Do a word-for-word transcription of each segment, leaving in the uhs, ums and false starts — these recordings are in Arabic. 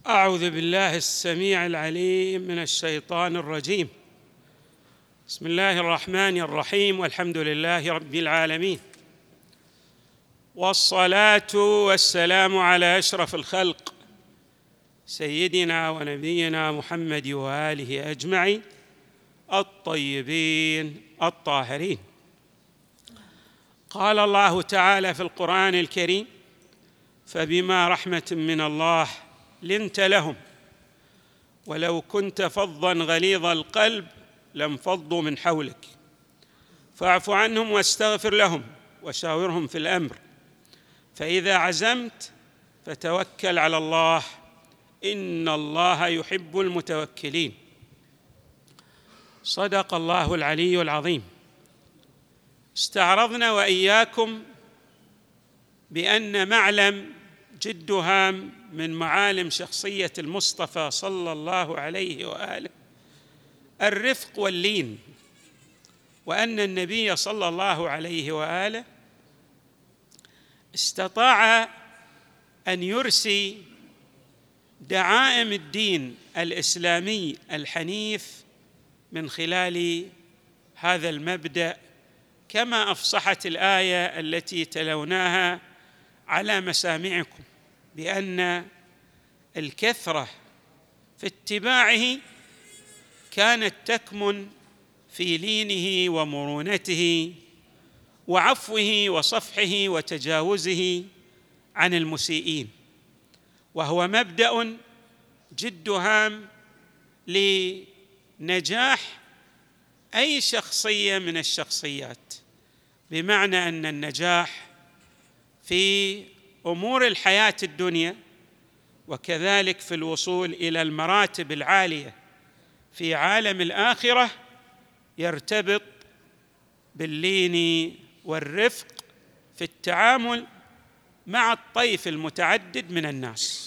أعوذ بالله السميع العليم من الشيطان الرجيم. بسم الله الرحمن الرحيم، والحمد لله رب العالمين، والصلاة والسلام على أشرف الخلق سيدنا ونبينا محمد وآله أجمعين الطيبين الطاهرين. قال الله تعالى في القرآن الكريم: فبما رحمة من الله لنت لهم ولو كنت فظا غليظ القلب لانفضوا من حولك فاعف عنهم واستغفر لهم وشاورهم في الأمر فإذا عزمت فتوكل على الله إن الله يحب المتوكلين. صدق الله العلي العظيم. استعرضنا وإياكم بأن معلم جد هام من معالم شخصية المصطفى صلى الله عليه وآله الرفق واللين، وأن النبي صلى الله عليه وآله استطاع أن يرسي دعائم الدين الإسلامي الحنيف من خلال هذا المبدأ، كما أفصحت الآية التي تلوناها على مسامعكم بأن الكثرة في اتباعه كانت تكمن في لينه ومرونته وعفوه وصفحه وتجاوزه عن المسيئين، وهو مبدأ جد هام لنجاح أي شخصية من الشخصيات، بمعنى أن النجاح في أمور الحياة الدنيا وكذلك في الوصول إلى المراتب العالية في عالم الآخرة يرتبط باللين والرفق في التعامل مع الطيف المتعدد من الناس.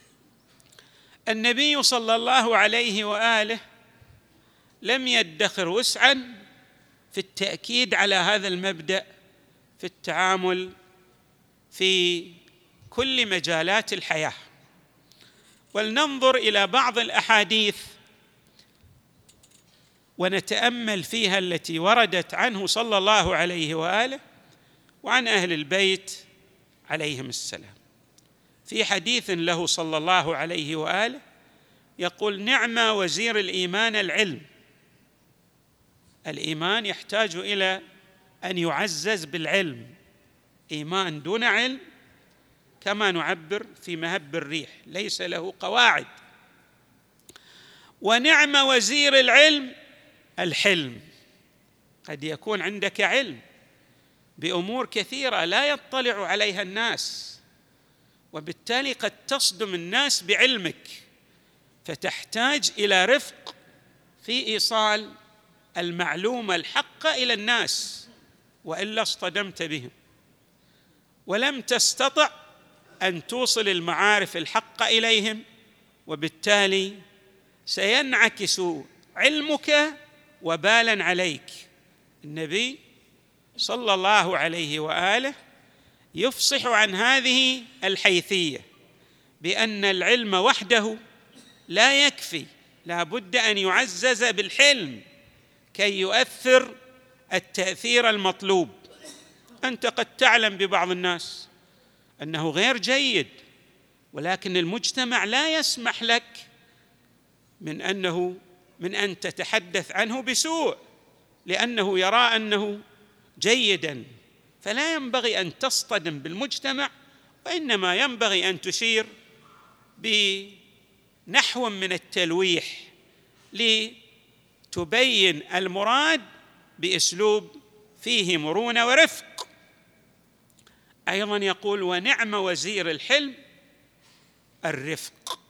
النبي صلى الله عليه وآله لم يدخر وسعاً في التأكيد على هذا المبدأ في التعامل في كل مجالات الحياة. ولننظر إلى بعض الأحاديث ونتأمل فيها التي وردت عنه صلى الله عليه وآله وعن أهل البيت عليهم السلام. في حديث له صلى الله عليه وآله يقول: نعم وزير الإيمان العلم. الإيمان يحتاج إلى أن يعزز بالعلم، إيمان دون علم كما نعبر في مهب الريح ليس له قواعد. ونعم وزير العلم الحلم. قد يكون عندك علم بأمور كثيرة لا يطلع عليها الناس، وبالتالي قد تصدم الناس بعلمك، فتحتاج إلى رفق في إيصال المعلومة الحقة إلى الناس، وإلا اصطدمت بهم ولم تستطع أن توصل المعارف الحقة إليهم، وبالتالي سينعكس علمك وبالاً عليك. النبي صلى الله عليه وآله يفصح عن هذه الحيثية بأن العلم وحده لا يكفي، لا بد أن يعزز بالحلم كي يؤثر التأثير المطلوب. أنت قد تعلم ببعض الناس أنه غير جيد، ولكن المجتمع لا يسمح لك من أنه من أن تتحدث عنه بسوء لأنه يرى أنه جيداً، فلا ينبغي أن تصطدم بالمجتمع، وإنما ينبغي أن تشير بنحو من التلويح لتبين المراد بأسلوب فيه مرونة ورفق. أيضاً يقول: ونعم وزير الحلم الرفق.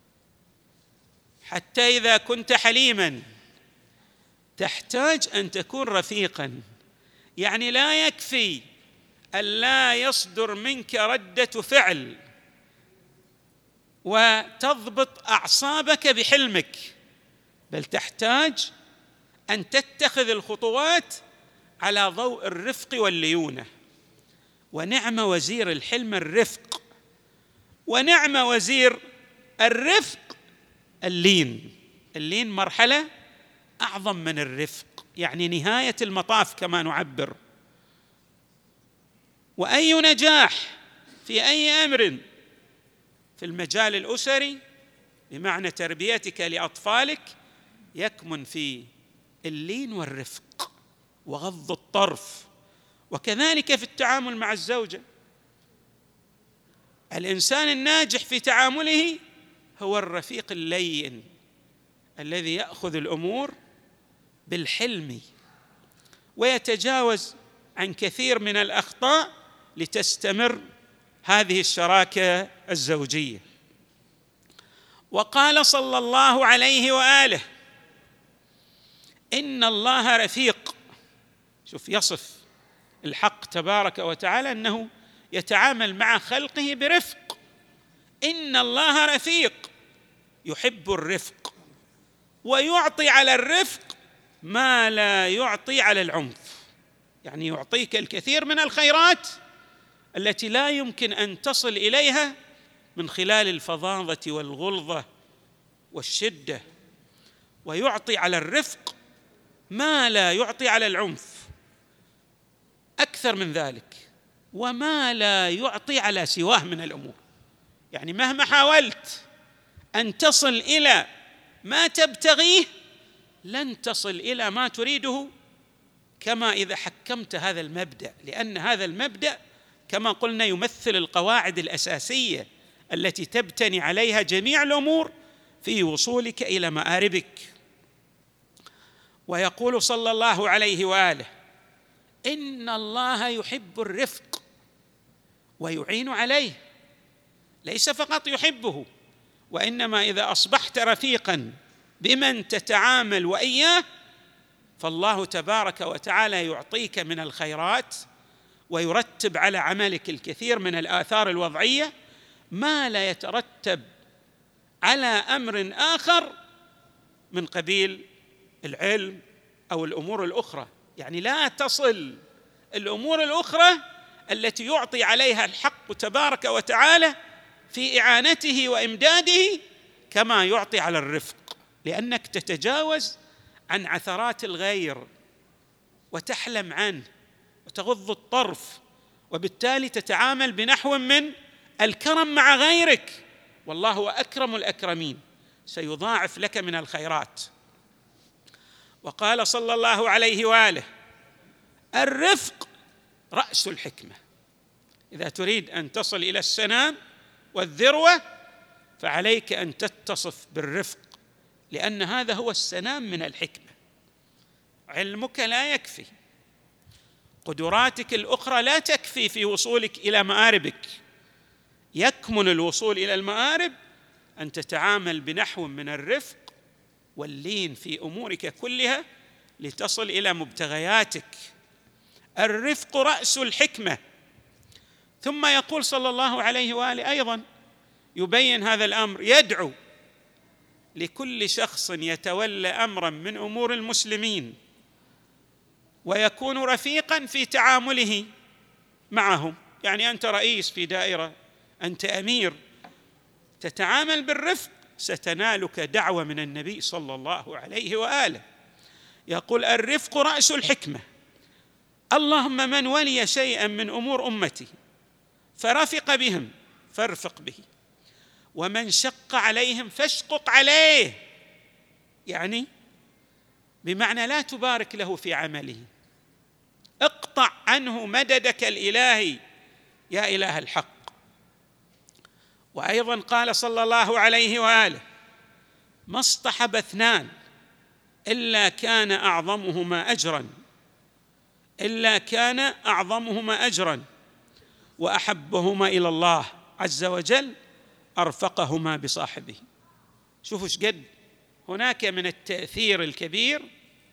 حتى إذا كنت حليماً تحتاج أن تكون رفيقاً، يعني لا يكفي أن لا يصدر منك ردة فعل وتضبط أعصابك بحلمك، بل تحتاج أن تتخذ الخطوات على ضوء الرفق والليونة. ونعم وزير الحلم الرفق، ونعم وزير الرفق اللين. اللين مرحلة أعظم من الرفق، يعني نهاية المطاف كما نعبر. وأي نجاح في أي أمر في المجال الأسري بمعنى تربيتك لأطفالك يكمن في اللين والرفق وغض الطرف. وكذلك في التعامل مع الزوجة، الإنسان الناجح في تعامله هو الرفيق اللين الذي يأخذ الأمور بالحلم ويتجاوز عن كثير من الأخطاء لتستمر هذه الشراكة الزوجية. وقال صلى الله عليه وآله: إن الله رفيق. شوف، يصف الحق تبارك وتعالى أنه يتعامل مع خلقه برفق. إن الله رفيق يحب الرفق، ويعطي على الرفق ما لا يعطي على العنف، يعني يعطيك الكثير من الخيرات التي لا يمكن أن تصل إليها من خلال الفظاظة والغلظة والشدة، ويعطي على الرفق ما لا يعطي على العنف. أكثر من ذلك، وما لا يعطي على سواه من الأمور. يعني مهما حاولت أن تصل إلى ما تبتغيه لن تصل إلى ما تريده كما إذا حكمت هذا المبدأ، لأن هذا المبدأ كما قلنا يمثل القواعد الأساسية التي تبتني عليها جميع الأمور في وصولك إلى مآربك. ويقول صلى الله عليه وآله: إن الله يحب الرفق ويعين عليه. ليس فقط يحبه، وإنما إذا أصبحت رفيقاً بمن تتعامل وإياه فالله تبارك وتعالى يعطيك من الخيرات ويرتب على عملك الكثير من الآثار الوضعية ما لا يترتب على أمر آخر من قبيل العلم أو الأمور الأخرى. يعني لا تصل الأمور الأخرى التي يعطي عليها الحق تبارك وتعالى في إعانته وإمداده كما يعطي على الرفق، لأنك تتجاوز عن عثرات الغير وتحلم عنه وتغض الطرف، وبالتالي تتعامل بنحو من الكرم مع غيرك، والله هو أكرم الأكرمين، سيضاعف لك من الخيرات. وقال صلى الله عليه وآله: الرفق رأس الحكمة. إذا تريد أن تصل إلى السنام والذروة فعليك أن تتصف بالرفق، لأن هذا هو السنام من الحكمة. علمك لا يكفي، قدراتك الأخرى لا تكفي في وصولك إلى مآربك. يكمن الوصول إلى المآرب أن تتعامل بنحو من الرفق واللين في أمورك كلها لتصل إلى مبتغياتك. الرفق رأس الحكمة. ثم يقول صلى الله عليه وآله أيضاً يبين هذا الأمر، يدعو لكل شخص يتولى أمراً من أمور المسلمين ويكون رفيقاً في تعامله معهم. يعني أنت رئيس في دائرة، أنت أمير، تتعامل بالرفق ستنالك دعوة من النبي صلى الله عليه وآله. يقول: الرفق رأس الحكمة. اللهم من ولي شيئاً من أمور أمتي فرفق بهم فارفق به، ومن شق عليهم فاشقق عليه. يعني بمعنى لا تبارك له في عمله، اقطع عنه مددك الإلهي يا إله الحق. وأيضا قال صلى الله عليه وآله: ما اصطحب اثنان إلا كان أعظمهما أجرا إلا كان أعظمهما أجرا وأحبهما إلى الله عز وجل أرفقهما بصاحبه. شوفوا ايش قد هناك من التأثير الكبير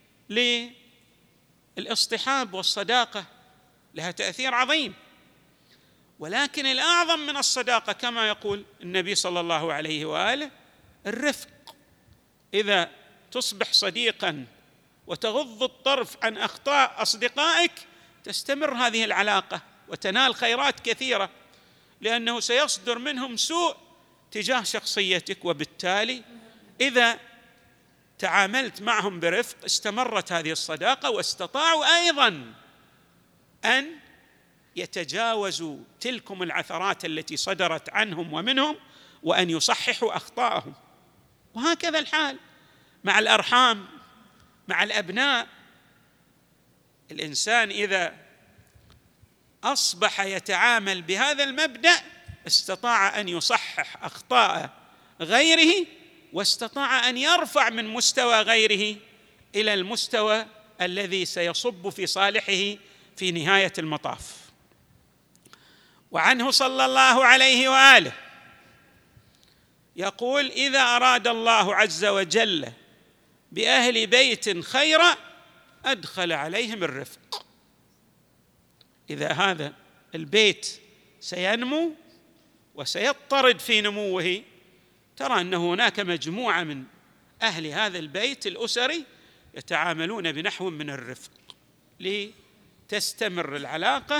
للاصطحاب والصداقة، لها تأثير عظيم. ولكن الأعظم من الصداقة كما يقول النبي صلى الله عليه وآله الرفق. إذا تصبح صديقاً وتغض الطرف عن أخطاء أصدقائك تستمر هذه العلاقة وتنال خيرات كثيرة، لأنه سيصدر منهم سوء تجاه شخصيتك، وبالتالي إذا تعاملت معهم برفق استمرت هذه الصداقة، واستطاعوا أيضاً أن يتجاوزوا تلكم العثرات التي صدرت عنهم ومنهم، وأن يصححوا أخطاءهم. وهكذا الحال مع الأرحام، مع الأبناء. الإنسان إذا أصبح يتعامل بهذا المبدأ استطاع أن يصحح أخطاء غيره، واستطاع أن يرفع من مستوى غيره إلى المستوى الذي سيصب في صالحه في نهاية المطاف. وعنه صلى الله عليه وآله يقول: إذا أراد الله عز وجل بأهل بيت خيرا أدخل عليهم الرفق. إذا هذا البيت سينمو وسيضطرد في نموه، ترى أن هناك مجموعة من أهل هذا البيت الأسري يتعاملون بنحو من الرفق لتستمر العلاقة،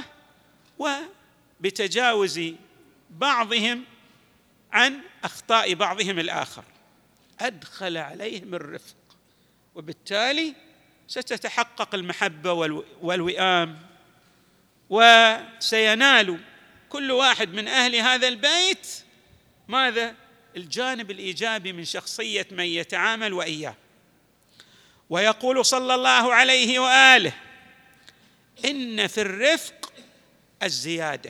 وبتجاوز بعضهم عن أخطاء بعضهم الآخر. أدخل عليهم الرفق، وبالتالي ستتحقق المحبة والوئام، وسينال كل واحد من أهل هذا البيت ماذا؟ الجانب الإيجابي من شخصية من يتعامل وإياه. ويقول صلى الله عليه وآله: إن في الرفق الزيادة.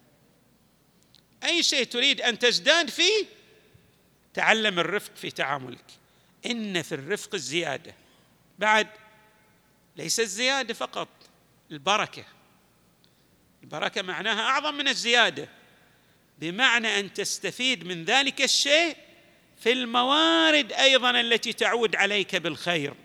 أي شيء تريد أن تزداد فيه تعلم الرفق في تعاملك. إن في الرفق الزيادة. بعد ليس الزيادة فقط، البركة. البركة معناها أعظم من الزيادة، بمعنى أن تستفيد من ذلك الشيء في الموارد أيضاً التي تعود عليك بالخير.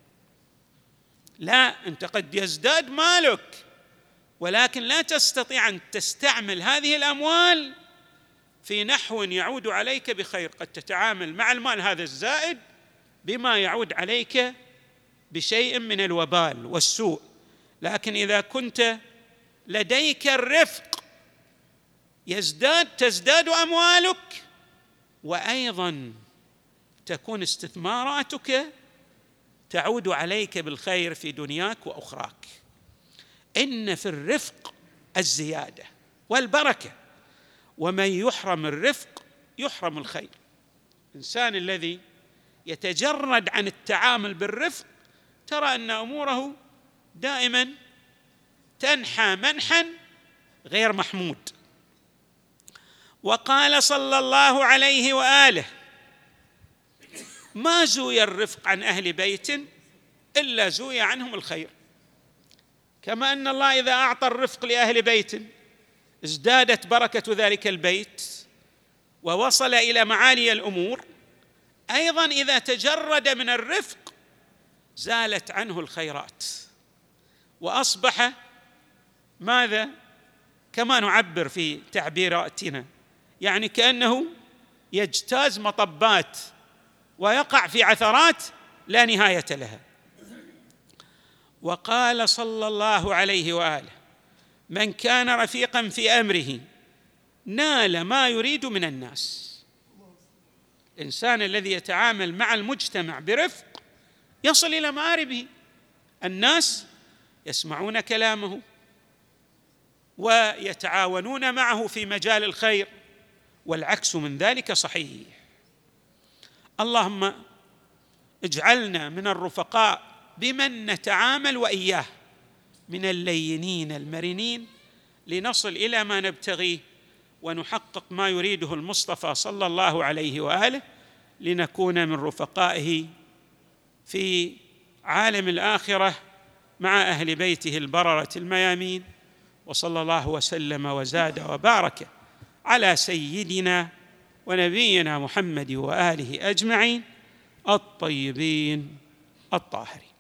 لا، أنت قد يزداد مالك ولكن لا تستطيع أن تستعمل هذه الأموال في نحو يعود عليك بخير. قد تتعامل مع المال هذا الزائد بما يعود عليك بشيء من الوبال والسوء. لكن إذا كنت لديك الرفق يزداد تزداد أموالك، وأيضاً تكون استثماراتك تعود عليك بالخير في دنياك وأخراك. إن في الرفق الزيادة والبركة، ومن يحرم الرفق يحرم الخير. الإنسان الذي يتجرد عن التعامل بالرفق ترى أن أموره دائماً تنحى منحا غير محمود. وقال صلى الله عليه وآله: ما زوي الرفق عن أهل بيت إلا زوي عنهم الخير. كما أن الله إذا أعطى الرفق لأهل بيت ازدادت بركة ذلك البيت ووصل إلى معالي الأمور، أيضاً إذا تجرد من الرفق زالت عنه الخيرات، وأصبح ماذا؟ كما نعبر في تعبيراتنا، يعني كأنه يجتاز مطبات ويقع في عثرات لا نهاية لها. وقال صلى الله عليه وآله: من كان رفيقاً في أمره نال ما يريد من الناس. الإنسان الذي يتعامل مع المجتمع برفق يصل إلى مآربه، الناس يسمعون كلامه ويتعاونون معه في مجال الخير، والعكس من ذلك صحيح. اللهم اجعلنا من الرفقاء بمن نتعامل وإياه من اللينين المرنين، لنصل إلى ما نبتغيه ونحقق ما يريده المصطفى صلى الله عليه وآله، لنكون من رفقائه في عالم الآخرة مع أهل بيته البررة الميامين. وصلى الله وسلم وزاد وبارك على سيدنا ونبينا محمد وآله أجمعين الطيبين الطاهرين.